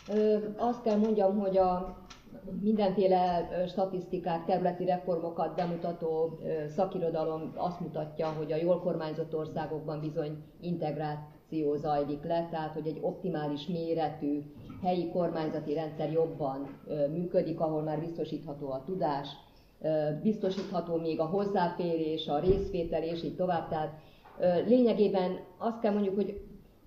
Azt kell mondjam, hogy a mindenféle statisztikák, területi reformokat bemutató szakirodalom azt mutatja, hogy a jól kormányzott országokban bizony integráció zajlik le, tehát hogy egy optimális méretű helyi kormányzati rendszer jobban működik, ahol már biztosítható a tudás, biztosítható még a hozzáférés, a részvétel és így tovább. Tehát lényegében azt kell mondjuk, hogy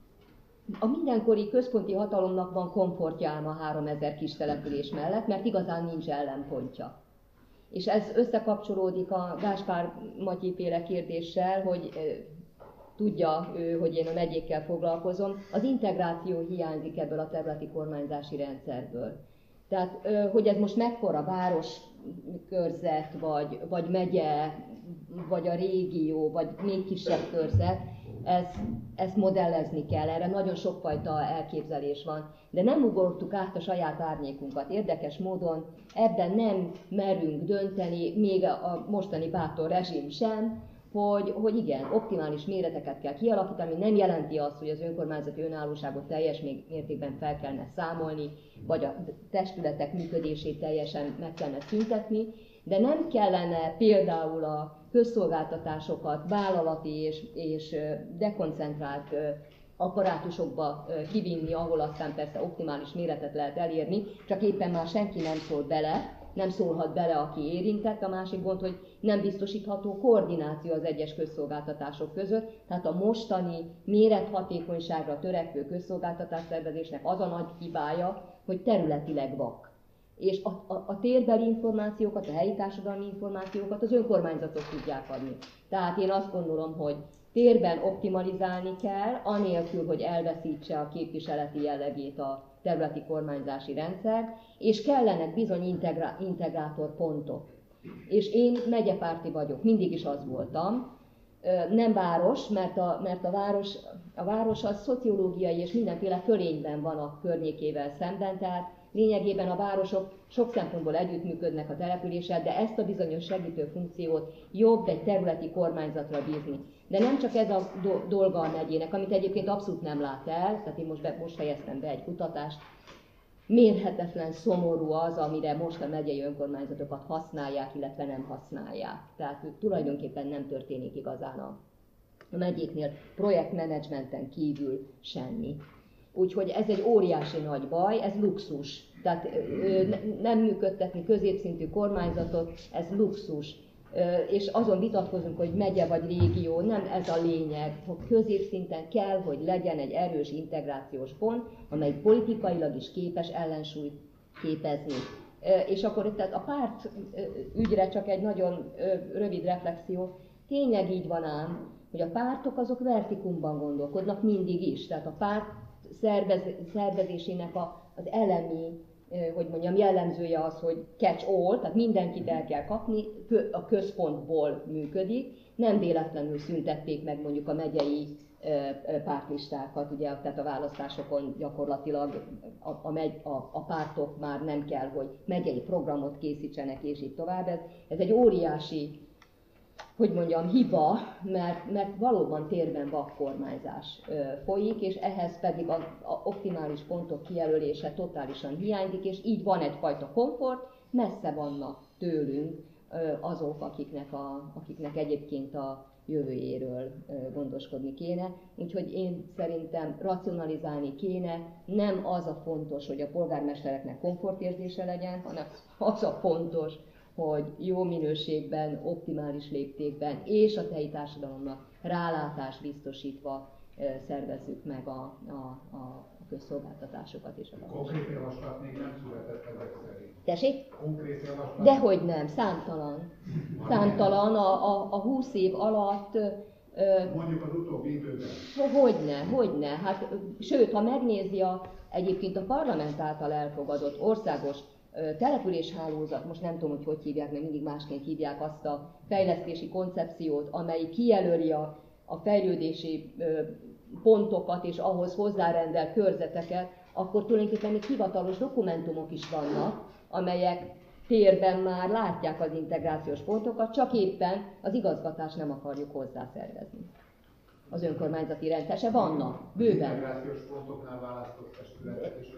a mindenkori központi hatalomnak van komfortja ám a 3000 kis település mellett, mert igazán nincs ellenpontja. És ez összekapcsolódik a Gáspár Matyi féle kérdéssel, hogy tudja ő, hogy én a megyékkel foglalkozom, az integráció hiányzik ebből a területi kormányzási rendszerből. Tehát, hogy ez most mekkora városkörzet, vagy megye, vagy a régió, vagy még kisebb körzet, ezt modellezni kell, erre nagyon sokfajta elképzelés van. De nem ugortuk át a saját árnyékunkat. Érdekes módon ebben nem merünk dönteni, még a mostani bátor rezsim sem, hogy igen, optimális méreteket kell kialakítani, nem jelenti azt, hogy az önkormányzati önállóságot teljes mértékben fel kellene számolni, vagy a testületek működését teljesen meg kellene szüntetni, de nem kellene például a közszolgáltatásokat vállalati és dekoncentrált apparátusokba kivinni, ahol aztán persze optimális méretet lehet elérni, csak éppen már senki nem szól bele, nem szólhat bele, aki érintett. A másik gond, hogy nem biztosítható koordináció az egyes közszolgáltatások között, tehát a mostani mérethatékonyságra törekvő közszolgáltatásszervezésnek az a nagy hibája, hogy területileg vak. És a térbeli információkat, a helyi társadalmi információkat az önkormányzatok tudják adni. Tehát én azt gondolom, hogy térben optimalizálni kell, anélkül, hogy elveszítse a képviseleti jellegét a területi kormányzási rendszer, és kellenek bizony integrátorpontok. És én megyepárti vagyok, mindig is az voltam. Nem város, mert a város az szociológiai és mindenféle fölényben van a környékével szemben, tehát lényegében a városok sok szempontból együttműködnek a településsel, de ezt a bizonyos segítő funkciót jobb egy területi kormányzatra bízni. De nem csak ez a dolga a megyének, amit egyébként abszolút nem lát el, tehát én most fejeztem be egy kutatást, mérhetetlen szomorú az, amire most a megyei önkormányzatokat használják, illetve nem használják. Tehát tulajdonképpen nem történik igazán a megyéknél projektmenedzsmenten kívül semmi. Úgyhogy ez egy óriási nagy baj, ez luxus. Tehát nem működtetni középszintű kormányzatot, ez luxus. És azon vitatkozunk, hogy megye vagy régió, nem ez a lényeg, hogy középszinten kell, hogy legyen egy erős integrációs pont, amely politikailag is képes ellensúlyt képezni. És akkor tehát a párt ügyre csak egy nagyon rövid reflexió, tényleg így van ám, hogy a pártok azok vertikumban gondolkodnak mindig is, tehát a párt szervezésének az elemi, hogy mondjam, jellemzője az, hogy catch all, tehát mindenkit el kell kapni, a központból működik. Nem véletlenül szüntették meg mondjuk a megyei pártlistákat, ugye, tehát a választásokon gyakorlatilag a pártok már nem kell, hogy megyei programot készítsenek, és így tovább. Ez egy óriási, hogy mondjam, hiba, mert valóban térben vakkormányzás folyik, és ehhez pedig az optimális pontok kijelölése totálisan hiányzik, és így van egyfajta komfort, messze vannak tőlünk azok, akiknek egyébként a jövőjéről gondoskodni kéne. Úgyhogy én szerintem racionalizálni kéne, nem az a fontos, hogy a polgármestereknek komfortérzése legyen, hanem az a fontos, hogy jó minőségben, optimális léptékben és a helyi társadalomnak rálátást biztosítva szervezzük meg a közszolgáltatásokat és a Konkrét javaslat még nem született ezek szerint. Tessék? Konkrét javaslat? Dehogy nem, számtalan. Számtalan a 20 év alatt. Mondjuk az utóbbi időben. Hogyne. Hát, sőt, ha megnézi egyébként a parlament által elfogadott országos településhálózat, most nem tudom, hogy hívják, mert mindig másként hívják azt a fejlesztési koncepciót, amely kijelöli a fejlődési pontokat és ahhoz hozzárendelt körzeteket, akkor tulajdonképpen még hivatalos dokumentumok is vannak, amelyek térben már látják az integrációs pontokat, csak éppen az igazgatást nem akarjuk hozzászervezni. Az önkormányzati rendszer se vannak, bőven. Integrációs pontoknál választott testületek is lennének?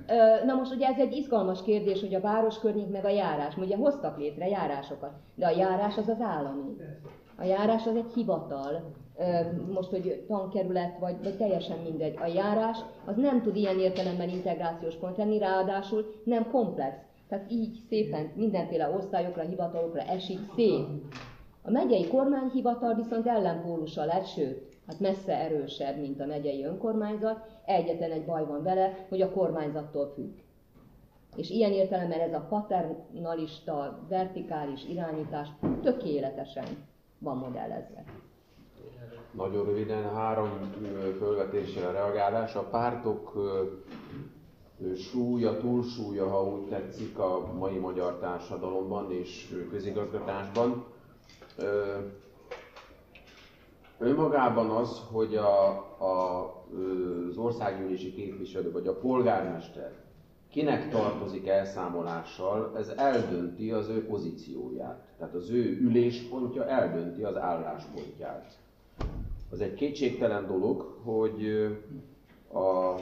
Na most ugye ez egy izgalmas kérdés, hogy a városkörnyék meg a járás. Ugye hoztak létre járásokat, de a járás az az állami. A járás az egy hivatal, most, hogy tankerület, vagy teljesen mindegy. A járás az nem tud ilyen értelemben integrációs pont lenni, ráadásul nem komplex. Tehát így szépen mindenféle osztályokra, hivatalokra esik szét. A megyei kormányhivatal viszont ellenpólusa lett, sőt, hát messze erősebb, mint a megyei önkormányzat. Egyetlen egy baj van vele, hogy a kormányzattól függ. És ilyen értelemben ez a paternalista, vertikális irányítás tökéletesen van modellezve. Nagyon röviden 3 fölvetésre reagálás. A pártok súlya, túlsúlya, ha úgy tetszik, a mai magyar társadalomban és közigazgatásban. Önmagában az, hogy az országgyűlési képviselő vagy a polgármester kinek tartozik elszámolással, ez eldönti az ő pozícióját. Tehát az ő üléspontja eldönti az álláspontját. Az egy kétségtelen dolog, hogy a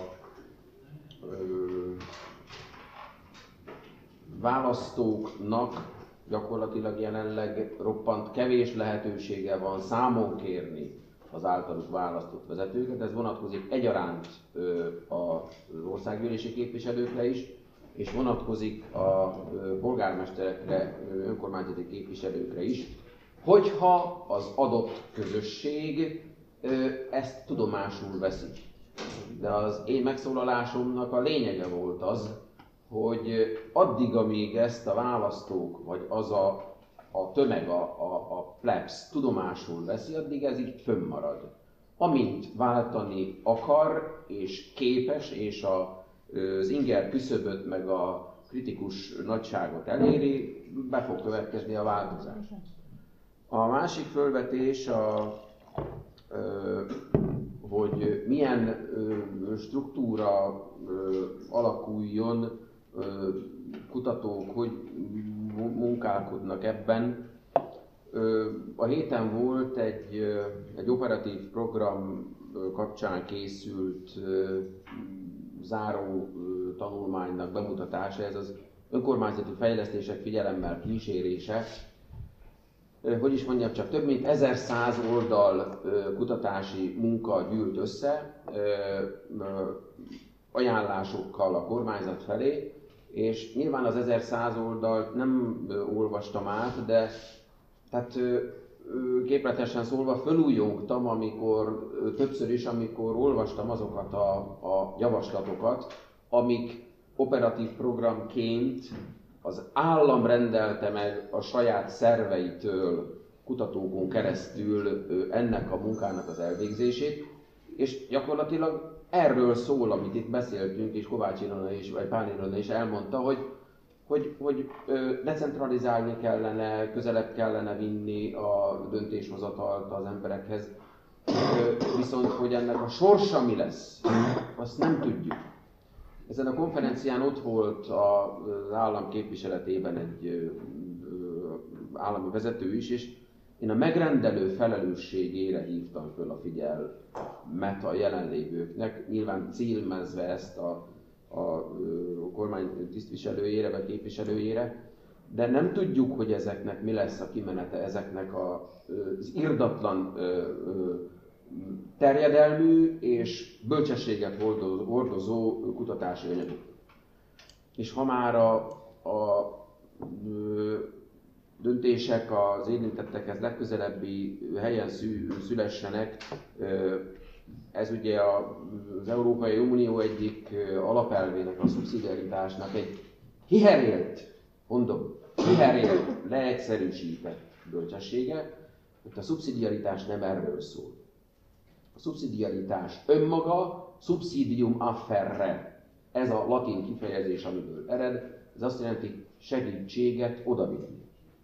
választóknak gyakorlatilag jelenleg roppant kevés lehetősége van számon kérni az általuk választott vezetőket. Ez vonatkozik egyaránt az országgyűlési képviselőkre is, és vonatkozik a polgármesterekre, önkormányzati képviselőkre is, hogyha az adott közösség ezt tudomásul veszi. De az én megszólalásomnak a lényege volt az, hogy addig, amíg ezt a választók, vagy az a tömeg, a plebs tudomásul veszi, addig ez így fönnmarad. Amint váltani akar, és képes, és az inger küszöböt, meg a kritikus nagyságot eléri, be fog következni a változás. A másik fölvetés, hogy milyen struktúra alakuljon, kutatók hogy munkálkodnak ebben. A héten volt egy operatív program kapcsán készült záró tanulmánynak bemutatása, ez az önkormányzati fejlesztések figyelemmel kísérése. Hogy is mondjam, csak több mint 1100 oldal kutatási munka gyűlt össze, ajánlásokkal a kormányzat felé, és nyilván az 1100 oldalt nem olvastam át, de tehát képletesen szólva fölújjongtam, amikor többször is, amikor olvastam azokat a javaslatokat, amik operatív programként az állam rendelte meg a saját szerveitől, kutatókon keresztül ennek a munkának az elvégzését, és gyakorlatilag erről szól, amit itt beszéltünk, és Kovács Ilona is, vagy Pál Ilona is elmondta, hogy decentralizálni kellene, közelebb kellene vinni a döntéshozatalt az emberekhez. Viszont, hogy ennek a sorsa mi lesz, azt nem tudjuk. Ezen a konferencián ott volt az állam képviseletében egy állami vezető is, és én a megrendelő felelősségére hívtam föl a figyelmet a jelenlévőknek, nyilván címezve ezt a kormány tisztviselőjére vagy képviselőjére, de nem tudjuk, hogy ezeknek mi lesz a kimenete, ezeknek az irdatlan terjedelmű és bölcsességet hordozó kutatási anyagok. És ha már a döntések az érintettekhez legközelebbi helyen szülessenek, ez ugye az Európai Unió egyik alapelvének, a szubszidiaritásnak egy hiherélt, leegyszerűsített bölcsessége, hogy a szubszidiaritás nem erről szól. A szubszidiaritás önmaga, subsidium afferre, ez a latin kifejezés, amiből ered, ez azt jelenti segítséget odavinni.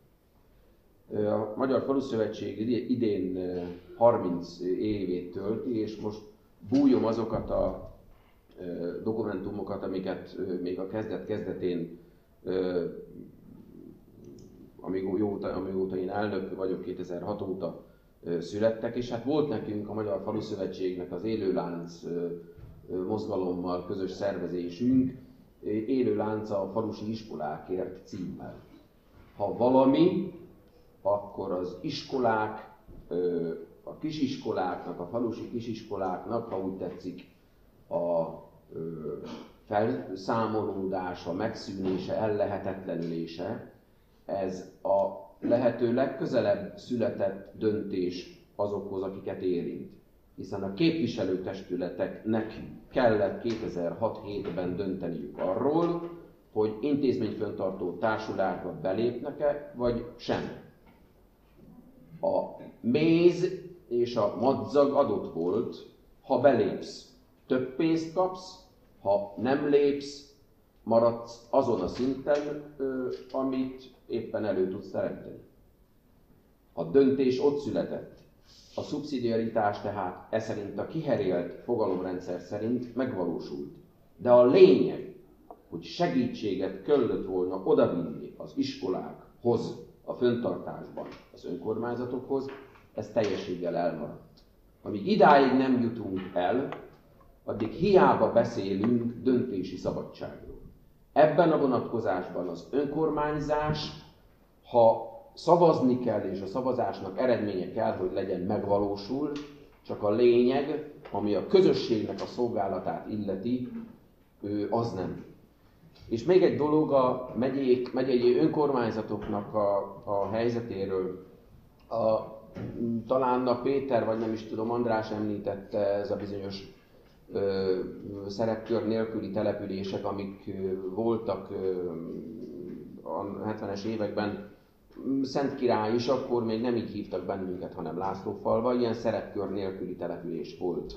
A Magyar Faluszövetség idén 30 évét tölti, és most bújom azokat a dokumentumokat, amiket még a kezdet-kezdetén, amióta én elnök vagyok, 2006 óta születtek, és hát volt nekünk a Magyar Faluszövetségnek az Élőlánc mozgalommal közös szervezésünk, élő lánca a falusi iskolákért címmel. Ha valami, akkor az iskolák, a kisiskoláknak, a falusi kisiskoláknak, ha úgy tetszik, a felszámolódása, megszűnése, ellehetetlenülése, ez a lehető legközelebb született döntés azokhoz, akiket érint. Hiszen a képviselőtestületeknek kellett 2006-7-ben dönteniük arról, hogy intézményfenntartó társulásba belépnek-e, vagy sem. A méz és a madzag adott volt, ha belépsz, több pénzt kapsz, ha nem lépsz, maradsz azon a szinten, amit éppen elő tudsz teremteni. A döntés ott született. A szubszidiaritás tehát szerint a kiherélt fogalomrendszer szerint megvalósult. De a lényeg, hogy segítséget kellett volna odavinni az iskolákhoz, a fenntartásban, az önkormányzatokhoz, ez teljességgel elmaradt. Amíg idáig nem jutunk el, addig hiába beszélünk döntési szabadságról. Ebben a vonatkozásban az önkormányzás, ha szavazni kell, és a szavazásnak eredménye kell, hogy legyen, megvalósul, csak a lényeg, ami a közösségnek a szolgálatát illeti, az nem. És még egy dolog a megyei önkormányzatoknak a helyzetéről. Talán a Péter, vagy nem is tudom, András említette, ez a bizonyos szerepkör nélküli települések, amik voltak a 70-es években. Szentkirály is, akkor még nem így hívtak bennünket, hanem Lászlófalva, ilyen szerepkör nélküli település volt.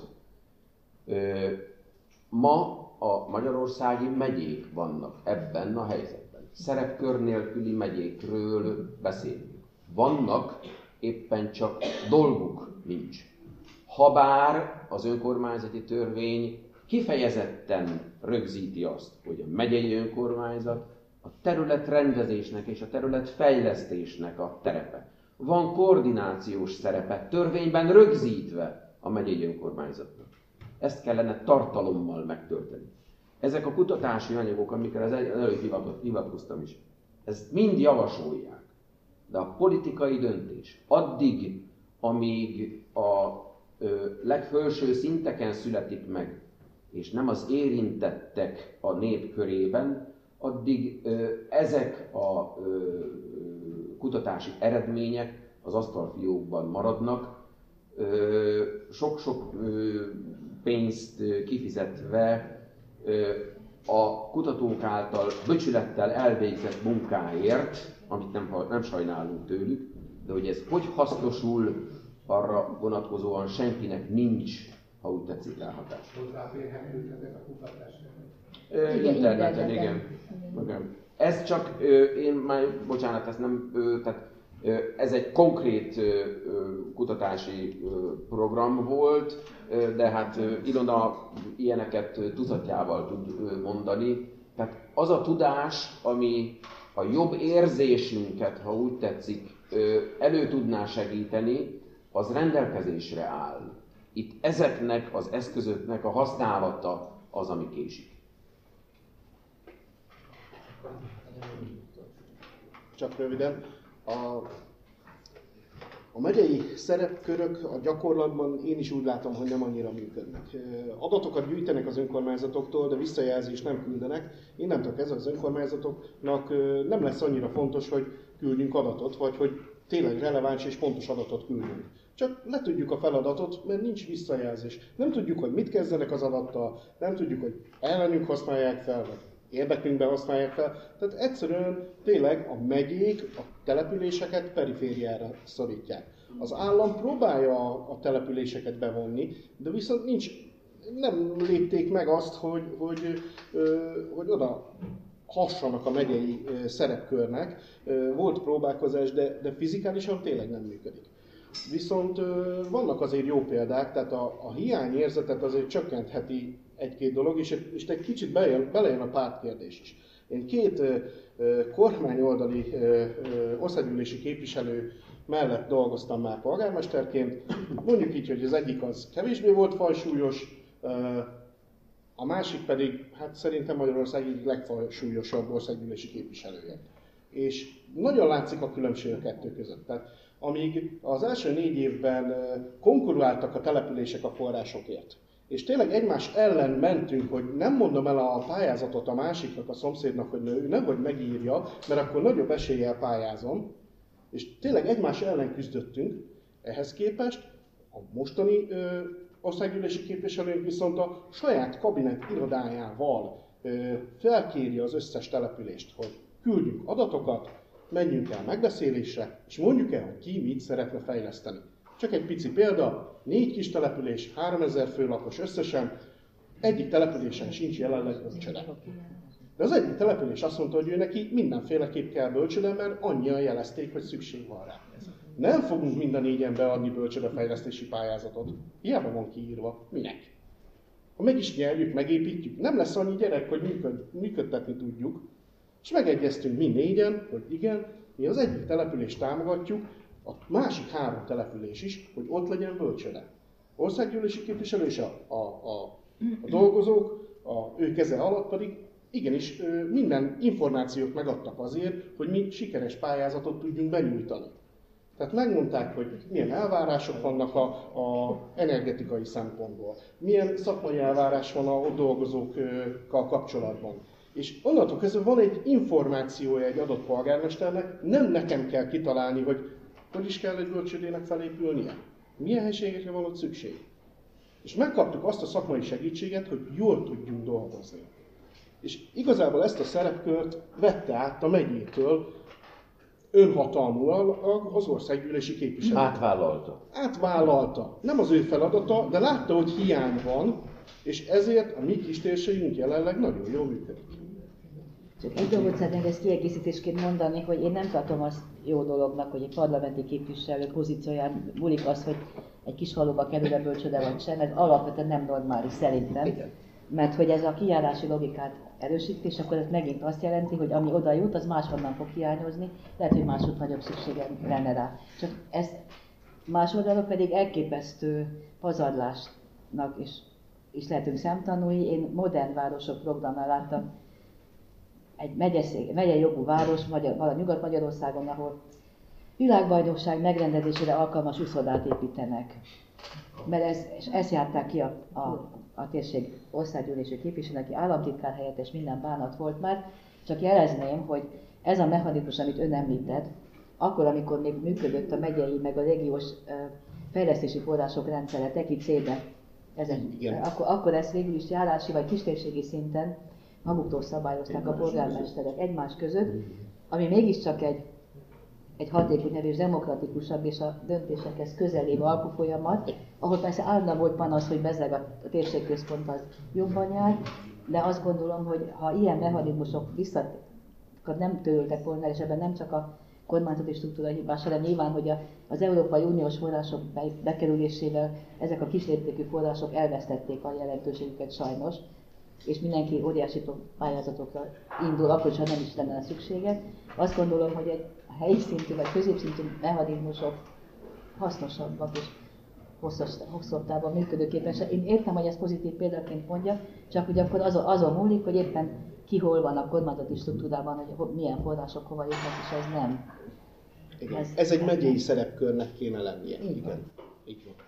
Ma a magyarországi megyék vannak ebben a helyzetben. Szerepkör nélküli megyékről beszélünk. Vannak, éppen csak dolguk nincs. Habár az önkormányzati törvény kifejezetten rögzíti azt, hogy a megyei önkormányzat a területrendezésnek és a területfejlesztésnek a terepe. Van koordinációs szerepe, törvényben rögzítve a megyei önkormányzatnak. Ezt kellene tartalommal megtölteni. Ezek a kutatási anyagok, amikre az előbb hivatkoztam is, ezt mind javasolják. De a politikai döntés addig, amíg a legfelső szinteken születik meg, és nem az érintettek a nép körében, addig ezek a kutatási eredmények az asztalfiókban maradnak, sok-sok pénzt kifizetve a kutatók által becsülettel elvégzett munkáért, amit nem sajnálunk tőlük, de hogy ez hogy hasznosul, arra vonatkozóan senkinek nincs, ha úgy tetszik, ráhatás. Hozzáférhetők ezek a kutatások? Interneten, igen. Ez csak, bocsánat, ez nem, tehát ez egy konkrét kutatási program volt, de hát Ilona ilyeneket tucatjával tud mondani. Tehát az a tudás, ami a jobb érzésünket, ha úgy tetszik, elő tudná segíteni, az rendelkezésre áll. Itt ezeknek az eszközöknek a használata az, ami késik. Csak röviden. A megyei szerepkörök a gyakorlatban én is úgy látom, hogy nem annyira működnek. Adatokat gyűjtenek az önkormányzatoktól, de visszajelzést nem küldenek. Innentől kezdve az önkormányzatoknak nem lesz annyira fontos, hogy küldjünk adatot, vagy hogy tényleg releváns és pontos adatot küldünk. Csak letudjuk a feladatot, mert nincs visszajelzés. Nem tudjuk, hogy mit kezdenek az adattal, nem tudjuk, hogy ellenünk használják fel, vagy érdekünkben használják fel. Tehát egyszerűen tényleg a megyék a településeket perifériára szorítják. Az állam próbálja a településeket bevonni, de viszont nem lépték meg azt, hogy oda hassanak a megyei szerepkörnek. Volt próbálkozás, de fizikálisan tényleg nem működik. Viszont vannak azért jó példák, tehát a hiányérzetet azért csökkentheti egy-két dolog, és egy kicsit belejön a pártkérdés is. Én két kormányoldali országgyűlési képviselő mellett dolgoztam már polgármesterként. Mondjuk így, hogy az egyik az kevésbé volt fajsúlyos, A másik pedig, hát szerintem Magyarország egyik legfajsúlyosabb országgyűlési képviselője. És nagyon látszik a különbség a kettő között. Tehát amíg az első 4 évben konkuráltak a települések a forrásokért, és tényleg egymás ellen mentünk, hogy nem mondom el a pályázatot a másiknak, a szomszédnak, hogy ő nehogy megírja, mert akkor nagyobb eséllyel pályázom, és tényleg egymás ellen küzdöttünk, ehhez képest a mostani országgyűlési képviselők viszont a saját kabinet irodájával felkéri az összes települést, hogy küldjünk adatokat, menjünk el megbeszélésre, és mondjuk el, hogy ki mit szeretne fejleszteni. Csak egy pici példa, 4 kis település, 3000 főlakos összesen, egyik településen sincs jelenleg bölcsőde. De az egyik település azt mondta, hogy ő neki mindenféleképp kell bölcsőde, mert annyian jelezték, hogy szükség van rá. Nem fogunk mind a 4-en beadni bölcsődefejlesztési pályázatot. Hiába van kiírva. Minek? Ha meg is nyerjük, megépítjük, nem lesz annyi gyerek, hogy működtetni tudjuk. És megegyeztünk mi 4-en, hogy igen, mi az egyik települést támogatjuk, a másik 3 település is, hogy ott legyen bölcsőde. Országgyűlési képviselő és a dolgozók, ő keze alatt pedig igenis minden információt megadtak azért, hogy mi sikeres pályázatot tudjunk benyújtani. Tehát megmondták, hogy milyen elvárások vannak a energetikai szempontból, milyen szakmai elvárás van a ott dolgozókkal kapcsolatban. És onnantól kezdve van egy információja egy adott polgármesternek, nem nekem kell kitalálni, hogy is kell egy bölcsődének felépülnie, milyen helységekre van ott szükség. És megkaptuk azt a szakmai segítséget, hogy jól tudjunk dolgozni. És igazából ezt a szerepkört vette át a megyétől önhatalmúan az országgyűlési képviselő. Átvállalta. Nem az ő feladata, de látta, hogy hiány van, és ezért a mi kistérségünk jelenleg nagyon jól működik. Csak egy dolgot szeretnék ezt kiegészítésként mondani, hogy én nem tartom azt jó dolognak, hogy egy parlamenti képviselő pozícióján múlik az, hogy egy kis faluba kerül a bölcsőde vagy sem, ez alapvetően nem normális szerintem. Igen. Mert hogy ez a kijárási logikát erősíti, és akkor ez megint azt jelenti, hogy ami oda jut, az máshonnan fog hiányozni, lehet, hogy máshogy nagyobb szüksége lenne rá. Csak ezt más oldalon pedig elképesztő pazarlásnak is lehetünk szemtanúi. Én Modern Városok programnál láttam egy megyei jogú város, valami Nyugat-Magyarországon, ahol világbajnokság megrendezésére alkalmas úszodát építenek. Mert ezt járták ki a térség országgyűlési képviselő, aki államtitkár helyettes, minden bánat volt már. Csak jelezném, hogy ez a mechanizmus, amit ön említett, akkor, amikor még működött a megyei, meg a régiós fejlesztési források rendszere, TEKI-C-ben, akkor ezt végül is járási vagy kistérségi szinten maguktól szabályozták a polgármesterek egymás között, ami mégiscsak egy hatékonyabb és demokratikusabb és a döntésekhez közelébb alkufolyamat, ahol persze állandóan volt panasz, hogy bezeg a térségközpont az jobban jár, de azt gondolom, hogy ha ilyen mechanizmusok nem töröltek volna, és ebben nem csak a kormányzati struktúra hibás, hanem nyilván, hogy az Európai Uniós források bekerülésével ezek a kisléptékű források elvesztették a jelentőségüket sajnos, és mindenki óriási pályázatokra indul, akkor is, ha nem is lenne szüksége. Azt gondolom, hogy egy helyi szintű vagy középszintű mechanizmusok hasznosabbak és hosszabb távon működőképesek. Én értem, hogy ez pozitív példaként mondja, csak hogy akkor azon múlik, hogy éppen ki hol van a kormányzati struktúrában, hogy milyen források hova jutnak, és ez nem. Igen. Ez egy megyei szerepkörnek kéne lennie. Igen. Így van.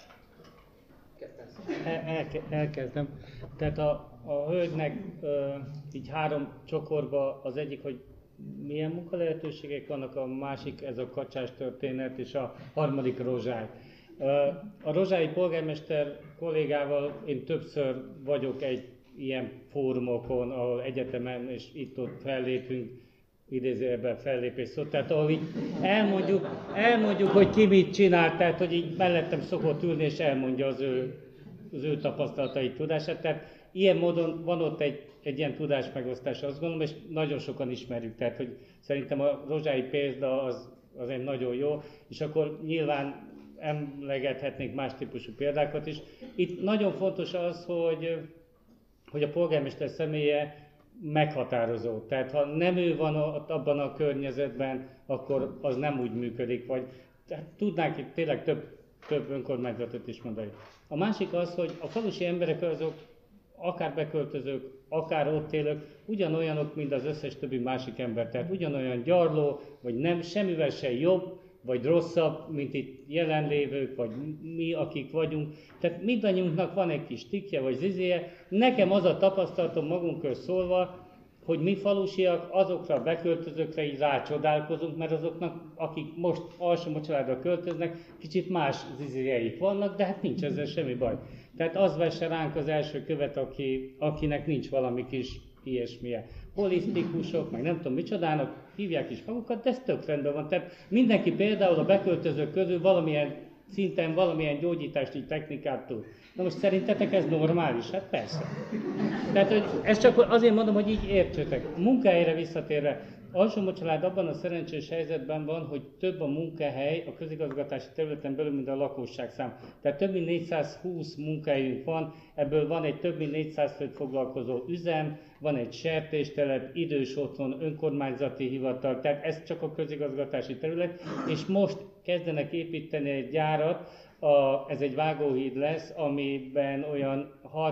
Elkezdem. Tehát a hölgynek így 3 csokorba az egyik, hogy milyen munkalehetőségek vannak, a másik ez a kacsás történet, és a harmadik Rozsály. A rozsályi polgármester kollégával én többször vagyok egy ilyen fórumokon, ahol egyetemen és itt-ott fellépünk, idézőjelben fellépés szó, tehát ahol így elmondjuk, hogy ki mit csinál, tehát hogy így mellettem szokott ülni és elmondja az ő tapasztalatait, tudását. Tehát ilyen módon van ott egy ilyen tudásmegosztás, azt gondolom, és nagyon sokan ismerjük. Tehát, hogy szerintem a rozsályi példa az egy nagyon jó, és akkor nyilván emlegethetnénk más típusú példákat is. Itt nagyon fontos az, hogy a polgármester személye meghatározó. Tehát ha nem ő van abban a környezetben, akkor az nem úgy működik, vagy tudnánk itt tényleg több önkormányzatot is mondani. A másik az, hogy a falusi emberek azok akár beköltözők, akár ott élők, ugyanolyanok, mint az összes többi másik ember. Tehát ugyanolyan gyarló, vagy nem, semmivel se jobb, vagy rosszabb, mint itt jelenlévők, vagy mi, akik vagyunk. Tehát mindannyiunknak van egy kis tikje, vagy zizéje. Nekem az a tapasztalatom magunkról szólva, hogy mi falusiak azokra a beköltözőkre így rácsodálkozunk, mert azoknak, akik most Alsó-Mocsaládra költöznek, kicsit más zizéjeik vannak, de hát nincs ezzel semmi baj. Tehát az vesse ránk az első követ, akinek nincs valami kis ilyesmije. Holisztikusok, meg nem tudom micsodának, hívják is magukat, de ez tök rendben van. Tehát mindenki például a beköltözők közül valamilyen szinten valamilyen gyógyítási technikát tud. Na most szerintetek ez normális? Hát persze. Tehát hogy ezt csak azért mondom, hogy így értsétek. Munkahelyre visszatérve, Alsó-Mocsalád abban a szerencsés helyzetben van, hogy több a munkahely a közigazgatási területen belül, mint a lakosságszám. Tehát több mint 420 munkahelyünk van, ebből van egy több mint 400 főt foglalkozó üzem, van egy sertéstelep, idős otthon, önkormányzati hivatal, tehát ez csak a közigazgatási terület, és most kezdenek építeni egy gyárat, ez egy vágóhíd lesz, amiben olyan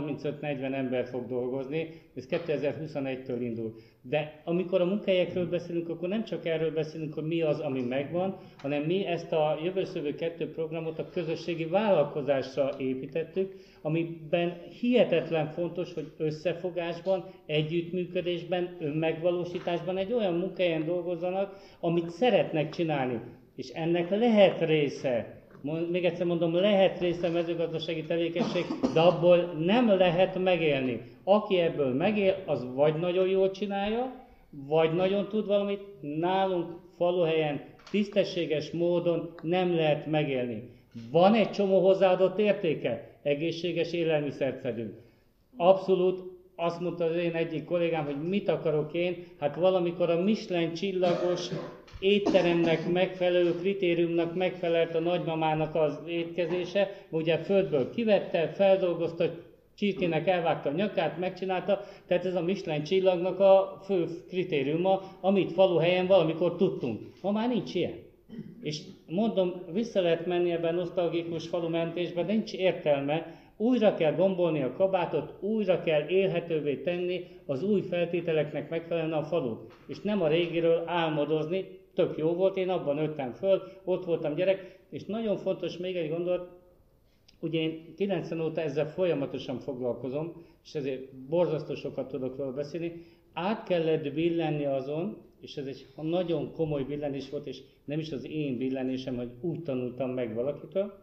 35-40 ember fog dolgozni, ez 2021-től indul. De amikor a munkahelyekről beszélünk, akkor nem csak erről beszélünk, hogy mi az, ami megvan, hanem mi ezt a Jövőszövő 2 programot a közösségi vállalkozásra építettük, amiben hihetetlen fontos, hogy összefogásban, együttműködésben, önmegvalósításban egy olyan munkahelyen dolgozzanak, amit szeretnek csinálni. És ennek lehet része, még egyszer mondom, lehet része mezőgazdasági tevékenység, de abból nem lehet megélni. Aki ebből megél, az vagy nagyon jól csinálja, vagy nagyon tud valamit, nálunk faluhelyen tisztességes módon nem lehet megélni. Van egy csomó hozzáadott értéke, egészséges élelmiszert szedünk. Abszolút azt mondta az én egyik kollégám, hogy mit akarok én, hát valamikor a Michelin csillagos étteremnek megfelelő kritériumnak megfelelt a nagymamának az étkezése, ugye földből kivette, feldolgozta, csirkének elvágta a nyakát, megcsinálta, tehát ez a Michelin csillagnak a fő kritériuma, amit faluhelyen valamikor tudtunk. Ma már nincs ilyen. És mondom, vissza lehet menni ebben nosztalgikus falumentésben, de nincs értelme, újra kell gombolni a kabátot, újra kell élhetővé tenni az új feltételeknek megfelelően a falut. És nem a régiről álmodozni, tök jó volt, én abban nőttem föl, ott voltam gyerek, és nagyon fontos még egy gondolat, ugye én 90 óta ezzel folyamatosan foglalkozom, és ezért borzasztó sokat tudok róla beszélni, át kellett billenni azon, és ez egy nagyon komoly billenés volt, és nem is az én billenésem, hogy úgy tanultam meg valakitől,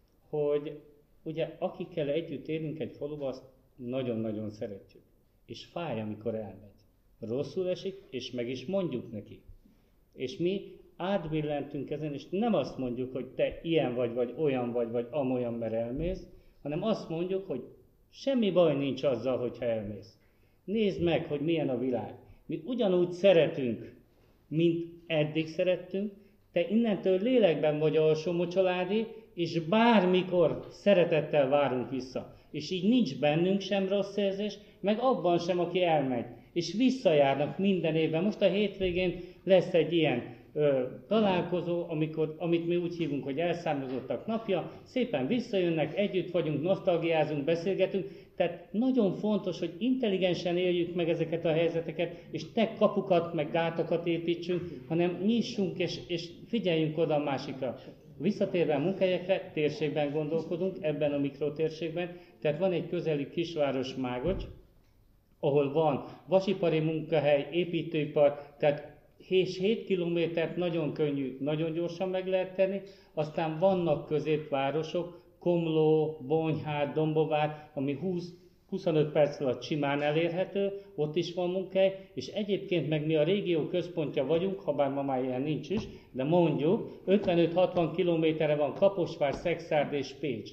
hogy ugye akikkel együtt élünk egy faluba, azt nagyon-nagyon szeretjük. És fáj, amikor elmegy. Rosszul esik, és meg is mondjuk neki. És mi átbillentünk ezen, és nem azt mondjuk, hogy te ilyen vagy olyan vagy amolyan, mert elmész, hanem azt mondjuk, hogy semmi baj nincs azzal, hogyha elmész. Nézd meg, hogy milyen a világ. Mi ugyanúgy szeretünk, mint eddig szerettünk, te innentől lélekben vagy Alsó-Mocsaládi, és bármikor szeretettel várunk vissza. És így nincs bennünk sem rossz érzés, meg abban sem, aki elmegy. És visszajárnak minden évben. Most a hétvégén lesz egy ilyen találkozó, amit mi úgy hívunk, hogy elszármazottak napja. Szépen visszajönnek, együtt vagyunk, nosztalgiázunk, beszélgetünk. Tehát nagyon fontos, hogy intelligensen éljük meg ezeket a helyzeteket, és ne kapukat, meg gátakat építsünk, hanem nyissunk és figyeljünk oda a másikra. Visszatérve a munkahelyekre, térségben gondolkodunk, ebben a mikrotérségben. Tehát van egy közeli kisváros, Mágocs, ahol van vasipari munkahely, építőipar, tehát 7 kilométert nagyon könnyű, nagyon gyorsan meg lehet tenni, aztán vannak középvárosok, Komló, Bonyhád, Dombovár, ami 25 perc alatt simán elérhető, ott is van munkahely, és egyébként meg mi a régió központja vagyunk, ha bár ma már ilyen nincs is, de mondjuk 55-60 kilométerre van Kaposvár, Szekszárd és Pécs.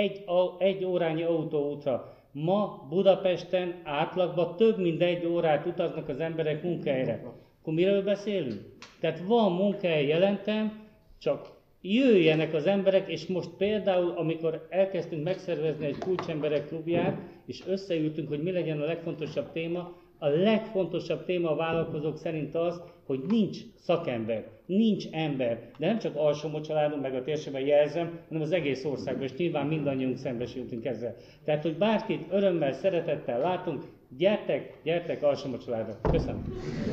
Egy órányi autóútra. Ma Budapesten átlagban több mint 1 órát utaznak az emberek munkahelyre. Akkor miről beszélünk? Tehát van munkahely jelentem, csak jöjjenek az emberek, és most például, amikor elkezdtünk megszervezni egy kulcsemberek klubját, és összeültünk, hogy mi legyen a legfontosabb téma, a legfontosabb téma a vállalkozók szerint az, hogy nincs szakember, nincs ember, de nem csak Alsó-Mocsaládon, meg a térségben jelzem, hanem az egész országban, és nyilván mindannyiunk szembesültünk ezzel. Tehát, hogy bárkit örömmel, szeretettel látunk, gyertek Alsó-Mocsaládra. Köszönöm.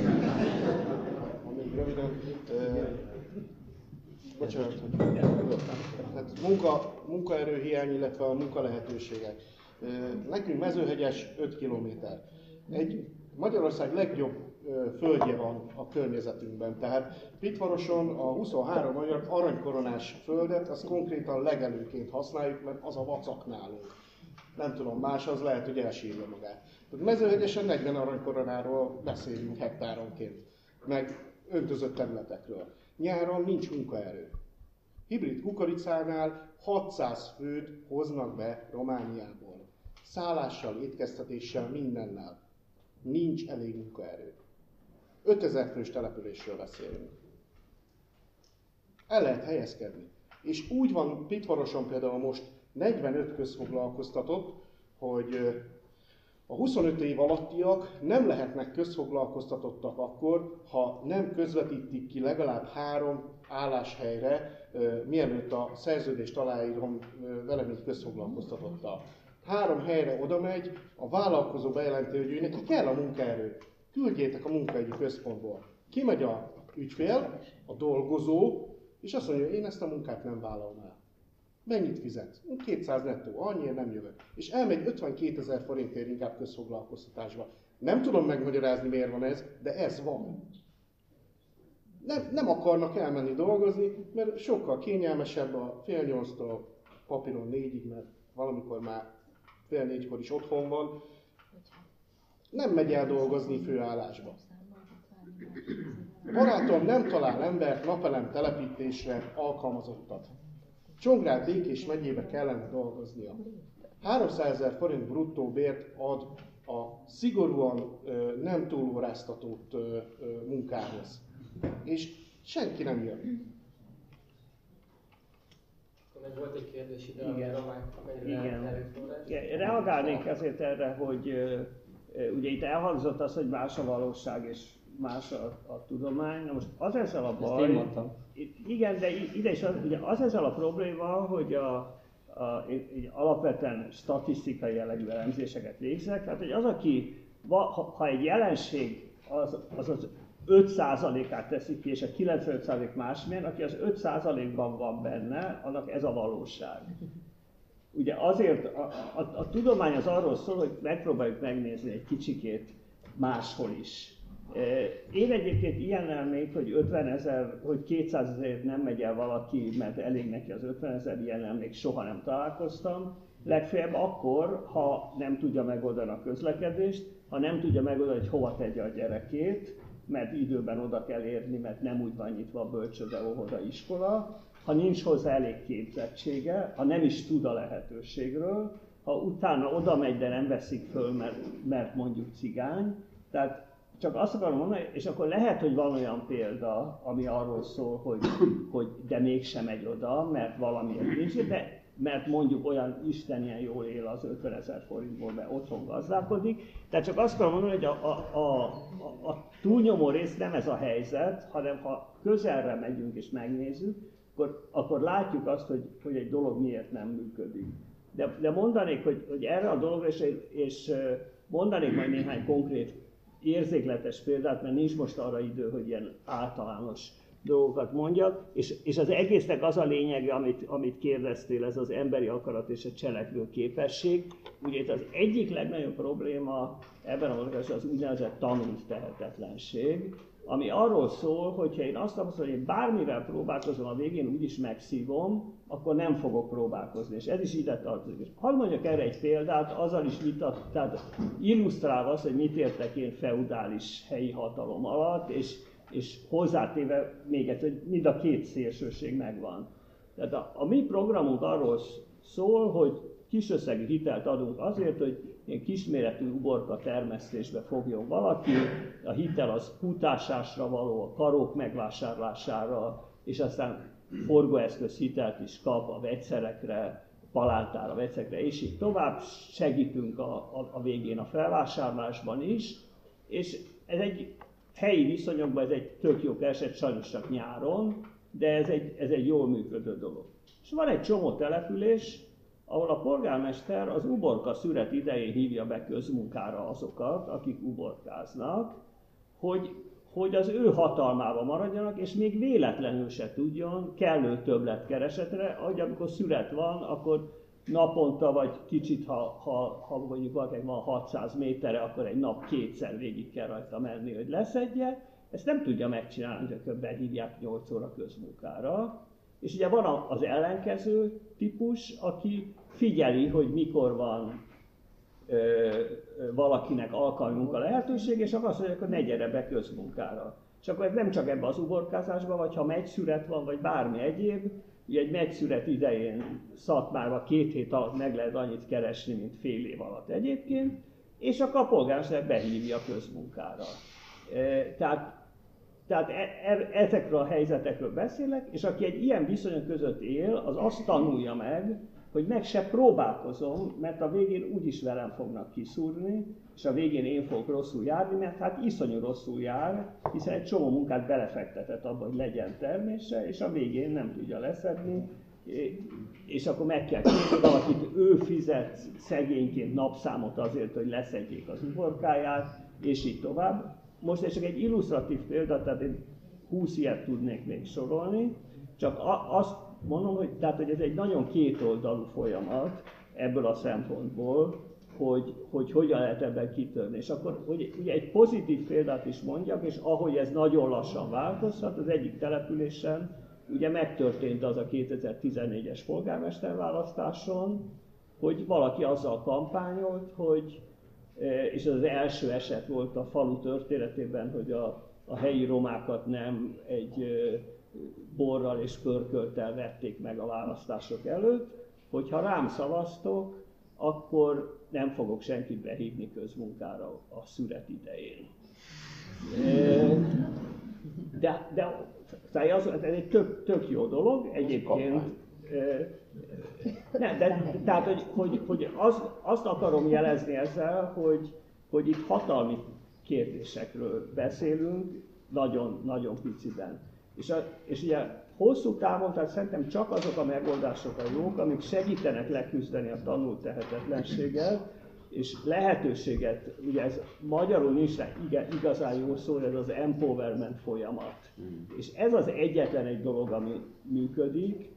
Még röviden, bocsánat, tehát munkaerőhiány, illetve a munkalehetőségek. Nekünk Mezőhegyes 5 kilométer. Egy Magyarország legjobb földje van a környezetünkben. Tehát Pitvaroson a 23 magyar aranykoronás földet, azt konkrétan legelőként használjuk, mert az a vacak nálunk. Nem tudom, más az lehet, hogy elsírja magát. Tehát Mezőhegyesen 40 aranykoronáról beszélünk hektáronként, meg öntözött területekről. Nyáron nincs munkaerő. Hibrid kukoricánál 600 főt hoznak be Romániából. Szállással, étkeztetéssel, mindennel. Nincs elég munkaerő. 5000 fős településről beszélünk. El lehet helyezkedni. És úgy van Pitvaroson például most 45 közfoglalkoztatott, hogy a 25 év alattiak nem lehetnek közfoglalkoztatottak akkor, ha nem közvetítik ki legalább 3 álláshelyre, mielőtt a szerződést aláírom velem így közfoglalkoztatottal. 3 helyre oda megy, a vállalkozó bejelenti, hogy ő neki kell a munkaerő. Küldjétek a munkaügyi központból. Kimegy a ügyfél, a dolgozó, és azt mondja, hogy én ezt a munkát nem vállalom el. Mennyit fizet? 200 nettó, annyiért nem jövök. És elmegy 52 000 forintért inkább közfoglalkoztatásba. Nem tudom megmagyarázni, miért van ez, de ez van. Nem akarnak elmenni dolgozni, mert sokkal kényelmesebb a fél 8-tól papíron 4-ig, mert valamikor már fél 4-kor is otthon van. Nem megy el dolgozni főállásba. Barátom nem talál embert napelem telepítésre alkalmazottat. Csongrád Békés megyébe kellene dolgoznia. 300 000 forint bruttó bért ad a szigorúan nem túlóráztatott munkához. És senki nem jön. Meg volt egy kérdés ide, Igen. amelyre erőforrás. Igen. Reagálnék ezért erre, hogy ugye itt elhangzott az, hogy más a valóság és más a tudomány. Na most az ezzel a baj... Ezt én mondtam. Igen, de ide is ugye az ezzel a probléma, hogy én alapvetően statisztikai jellegű elemzéseket végzek. Tehát, hogy az, aki, ha egy jelenség az 5%-át teszi ki, és a 95% másmilyen, aki az 5%-ban van benne, annak ez a valóság. Ugye azért a tudomány az arról szól, hogy megpróbáljuk megnézni egy kicsikét máshol is. Én egyébként ilyen lennék, hogy 50 000, hogy 200 000 nem megy el valaki, mert elég neki az 50 000, ilyen még soha nem találkoztam. Legfeljebb akkor, ha nem tudja megoldani a közlekedést, ha nem tudja megoldani, hogy hova tegye a gyerekét, mert időben oda kell érni, mert nem úgy van nyitva a bölcsőde, óvoda, iskola, ha nincs hozzá elég képzettsége, ha nem is tud a lehetőségről, ha utána oda megy, de nem veszik föl, mert mondjuk cigány. Tehát csak azt akarom mondani, és akkor lehet, hogy van olyan példa, ami arról szól, hogy de mégsem megy oda, mert valamiért nincs, de mert mondjuk olyan Isten ilyen jól él az 50 000 forintból, mert otthon gazdálkodik. Tehát csak azt akarom mondani, hogy a túlnyomó rész nem ez a helyzet, hanem ha közelre megyünk és megnézzük, akkor látjuk azt, hogy egy dolog miért nem működik. De mondanék, hogy erre a dologra, és mondanék majd néhány konkrét érzékletes példát, mert nincs most arra idő, hogy ilyen általános dolgokat mondjak, és az egésznek az a lényege, amit kérdeztél, ez az emberi akarat és a cselekvő képesség. Ugye itt az egyik legnagyobb probléma ebben a mozgásban az úgynevezett tanult tehetetlenség, ami arról szól, hogyha én azt tapasztalom, hogy bármivel próbálkozom, a végén úgyis megszívom, akkor nem fogok próbálkozni, és ez is ide tartozik. Hadd mondjak erre egy példát, azzal is tehát illusztrálva azt, hogy mit értek én feudális helyi hatalom alatt, és hozzátéve még egyszer, hogy mind a két szélsőség megvan. Tehát a mi programunk arról szól, hogy kis összegű hitelt adunk azért, hogy ilyen kisméretű uborka termesztésbe fogjon valaki, a hitel az kútásásra való, a karók megvásárlására, és aztán forgóeszköz hitelt is kap a vegyszerekre, palántára, vegyszerekre, és így tovább segítünk a végén a felvásárlásban is, és ez egy helyi viszonyokban ez egy tök jó eset, sajnos csak nyáron, de ez egy jól működő dolog. És van egy csomó település, ahol a polgármester az uborka szüret idején hívja be közmunkára azokat, akik uborkáznak, hogy az ő hatalmában maradjanak, és még véletlenül se tudjon kellő többletkeresetre, hogy amikor szüret van, akkor naponta, vagy kicsit, ha mondjuk valakinek van 600 méterre, akkor egy nap kétszer végig kell rajta menni, hogy leszedje. Ezt nem tudja megcsinálni, hogy akkor behívják 8 óra közmunkára. És ugye van az ellenkező típus, aki figyeli, hogy mikor van valakinek alkalmi munka lehetőség, és akkor azt mondja, hogy ne gyere be közmunkára. És akkor ez nem csak ebben az uborkázásban, vagy ha megyszüret van, vagy bármi egyéb, ugye egy megyszüret idején Szatmárban 2 hét alatt meg lehet annyit keresni, mint fél év alatt egyébként, és akkor a polgármester behívja közmunkára. Tehát ezekről a helyzetekről beszélek, és aki egy ilyen viszonyok között él, az azt tanulja meg, hogy meg se próbálkozom, mert a végén úgyis velem fognak kiszúrni, és a végén én fogok rosszul járni, mert hát iszonyú rosszul jár, hiszen egy csomó munkát belefektetett abba, hogy legyen termése, és a végén nem tudja leszedni, és akkor meg kell kérni valakit, ő fizet szegényként napszámot azért, hogy leszedjék az uborkáját, és így tovább. Most ez csak egy illusztratív példa, tehát én 20 ilyet tudnék még sorolni, csak azt mondom, hogy ez egy nagyon kétoldalú folyamat ebből a szempontból, hogy hogyan lehet ebben kitörni. És akkor ugye egy pozitív példát is mondjak, és ahogy ez nagyon lassan változhat, az egyik településen ugye megtörtént az a 2014-es polgármesterválasztáson, hogy valaki azzal kampányolt, hogy, és ez az első eset volt a falu történetében, hogy a helyi romákat nem egy borral és pörkölttel vették meg a választások előtt, hogy ha rám szavaztok, akkor nem fogok senkit behívni közmunkára a szüret idején. Ez egy tök jó dolog, egyébként. Tehát, hogy azt akarom jelezni ezzel, hogy itt hatalmi kérdésekről beszélünk, nagyon, nagyon piciben. És ugye hosszú távon, tehát szerintem csak azok a megoldások a jók, amik segítenek leküzdeni a tanult tehetetlenséggel, és lehetőséget, ugye ez magyarul nincs igazán jó szó, ez az empowerment folyamat. És ez az egyetlen egy dolog, ami működik,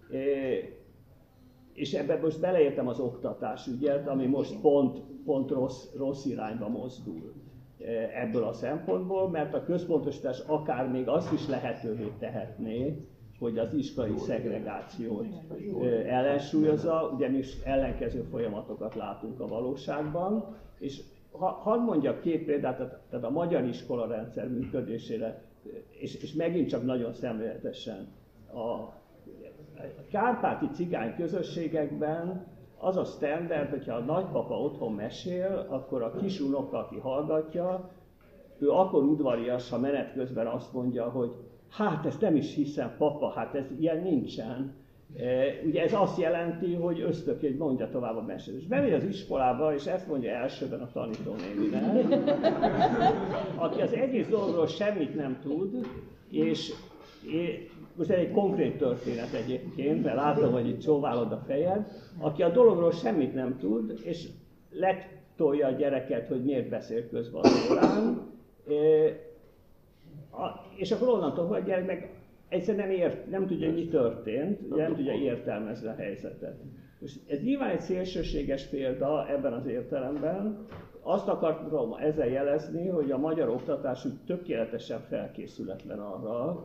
és ebben most beleértem az oktatás ügyet, ami most pont rossz irányba mozdul ebből a szempontból, mert a központosítás akár még azt is lehetővé tehetné, hogy az iskolai szegregációt ellensúlyozza, ugye mi is ellenkező folyamatokat látunk a valóságban, és hadd mondjak 2 példát, tehát a magyar iskolarendszer működésére, és megint csak nagyon szemléletesen. A kárpáti cigány közösségekben az a standard, hogyha a nagypapa otthon mesél, akkor a kis unoka, aki hallgatja, ő akkor udvarias, ha menet közben azt mondja, hogy hát ezt nem is hiszem, papa, hát ez ilyen nincsen. Ugye ez azt jelenti, hogy ösztökény mondja tovább a mesét. És bemegy az iskolába, és ezt mondja elsőben a tanítónéninek, aki az egész dologról semmit nem tud, és most ez egy konkrét történet egyébként, mert látom, hogy itt csóválod a fejed, aki a dologról semmit nem tud, és letolja a gyereket, hogy miért beszél közben az órán, és akkor onnantól, hogy a gyerek meg egyszerűen nem tudja, hogy mi történt, ugye nem tudja értelmezni a helyzetet. Most ez nyilván egy szélsőséges példa ebben az értelemben. Azt akartam ezzel jelezni, hogy a magyar oktatásunk tökéletesen felkészületlen arra,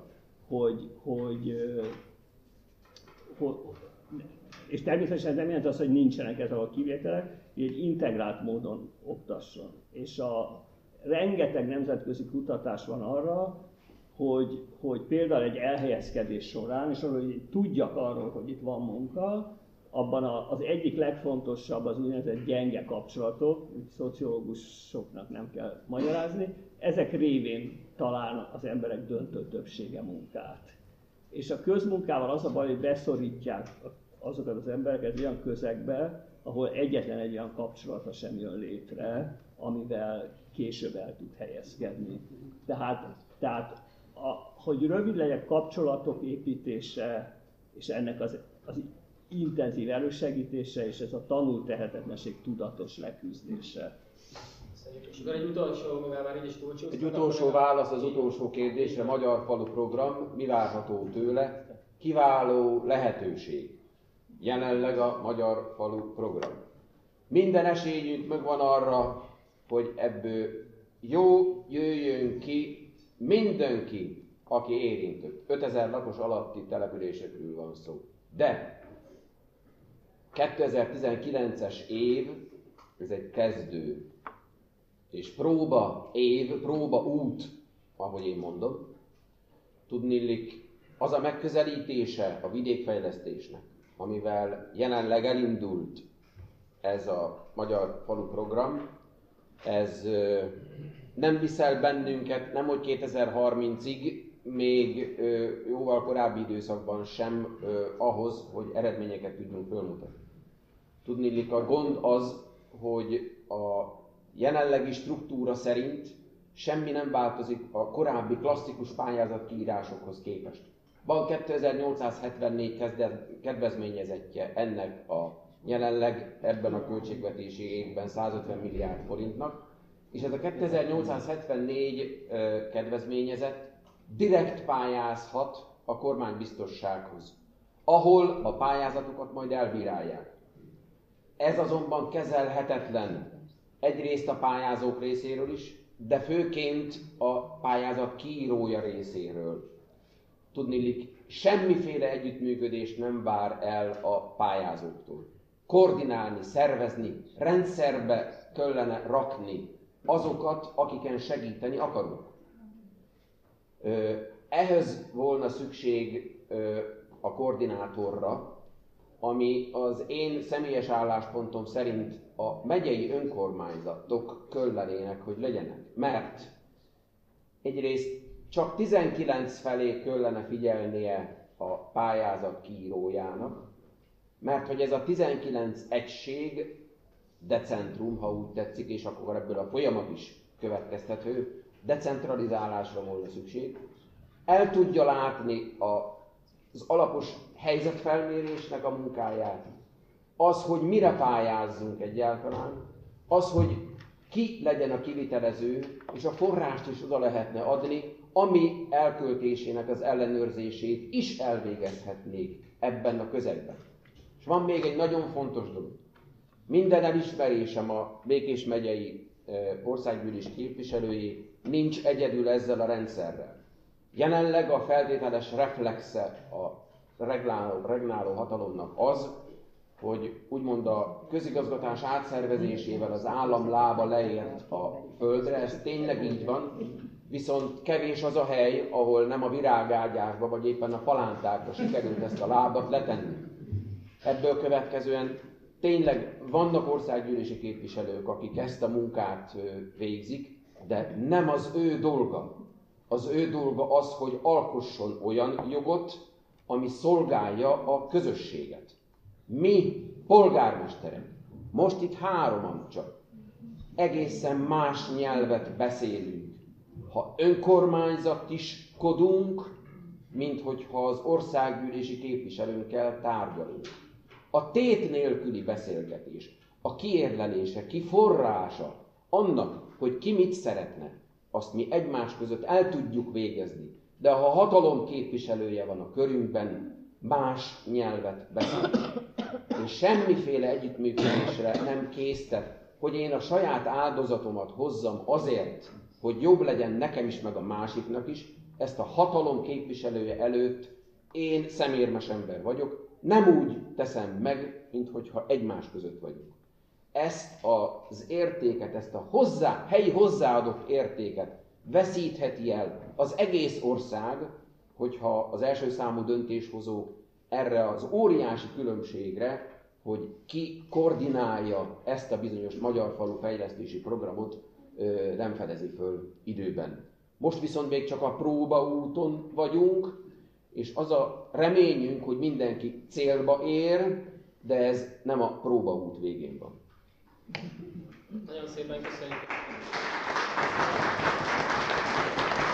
és természetesen nem jelent az, hogy nincsenek ezek a kivételek, hogy egy integrált módon oktasson. És rengeteg nemzetközi kutatás van arra, hogy például egy elhelyezkedés során, és arról, hogy tudjak arról, hogy itt van munka, abban az egyik legfontosabb az úgynevezett gyenge kapcsolatok, úgy szociológusoknak nem kell magyarázni, ezek révén talál az emberek döntő többsége munkát. És a közmunkával az a baj, hogy beszorítják azokat az embereket olyan közegbe, ahol egyetlen egy olyan kapcsolata sem jön létre, amivel később el tud helyezkedni. Tehát hogy rövid legyen kapcsolatok építése, és ennek az intenzív elősegítése, és ez a tanult tehetetlenség tudatos leküzdése. És akkor egy utolsó, mivel már így is túlcsúsztunk. Egy utolsó válasz az utolsó kérdésre, Magyar Falu Program, mi várható tőle? Kiváló lehetőség. Jelenleg a Magyar Falu Program. Minden esélyünk megvan arra, hogy ebből jó jöjjön ki mindenki, aki érintett. 5000 lakos alatti településekről van szó. De 2019-es év, ez egy kezdő, és próba év, próba út, ahogy én mondom. Tudniillik, az a megközelítése a vidékfejlesztésnek, amivel jelenleg elindult ez a Magyar Falu Program, ez nem viszel bennünket, nemhogy 2030-ig, még jóval korábbi időszakban sem ahhoz, hogy eredményeket tudjunk fölmutatni. Tudniillik, a gond az, hogy a jelenlegi struktúra szerint semmi nem változik a korábbi klasszikus pályázatkiírásokhoz képest. Van 2874 kedvezményezettje ennek a jelenleg ebben a költségvetési évben 150 milliárd forintnak, és ez a 2874 kedvezményezett direkt pályázhat a kormánybiztossághoz, ahol a pályázatokat majd elbírálják. Ez azonban kezelhetetlen egyrészt a pályázók részéről is, de főként a pályázat kiírója részéről. Tudniillik, semmiféle együttműködést nem vár el a pályázóktól. Koordinálni, szervezni, rendszerbe kellene rakni azokat, akiken segíteni akarunk. Ehhez volna szükség a koordinátorra, ami az én személyes álláspontom szerint a megyei önkormányzatok kellenének, hogy legyenek. Mert egyrészt csak 19 felé kellene figyelnie a pályázat kiírójának, mert hogy ez a 19 egység, decentrum, ha úgy tetszik, és akkor ebből a folyamat is következtető, decentralizálásra volna szükség, el tudja látni az alapos helyzetfelmérésnek a munkáját, az, hogy mire pályázzunk egyáltalán, az, hogy ki legyen a kivitelező, és a forrást is oda lehetne adni, ami elköltésének az ellenőrzését is elvégezhetnék ebben a közegben. És van még egy nagyon fontos dolog. Minden elismerésem a Békés megyei országgyűlés képviselői nincs egyedül ezzel a rendszerrel. Jelenleg a feltételes reflexe a regnáló hatalomnak az, hogy úgymond a közigazgatás átszervezésével az állam lába leért a földre, ez tényleg így van, viszont kevés az a hely, ahol nem a virágágyásba vagy éppen a palántákra sikerült ezt a lábat letenni. Ebből következően tényleg vannak országgyűlési képviselők, akik ezt a munkát végzik, de nem az ő dolga. Az ő dolga az, hogy alkosson olyan jogot, ami szolgálja a közösséget. Mi, polgármesterek, most itt hároman csak, egészen más nyelvet beszélünk. Ha önkormányzatiskodunk, mint hogyha az országgyűlési képviselőnkkel tárgyalunk. A tét nélküli beszélgetés, a kiérlelése, ki forrása annak, hogy ki mit szeretne, azt mi egymás között el tudjuk végezni. De ha hatalom képviselője van a körünkben, más nyelvet beszél. És semmiféle együttműködésre nem késztet, hogy én a saját áldozatomat hozzam azért, hogy jobb legyen nekem is, meg a másiknak is, ezt a hatalom képviselője előtt én szemérmes ember vagyok, nem úgy teszem meg, minthogyha egymás között vagyunk. Ezt az értéket, ezt a helyi hozzáadott értéket veszítheti el az egész ország, hogyha az első számú döntéshozó erre az óriási különbségre, hogy ki koordinálja ezt a bizonyos Magyar Falu fejlesztési programot, nem fedezi föl időben. Most viszont még csak a próbaúton vagyunk, és az a reményünk, hogy mindenki célba ér, de ez nem a próbaút végén van. Nagyon szépen köszönjük.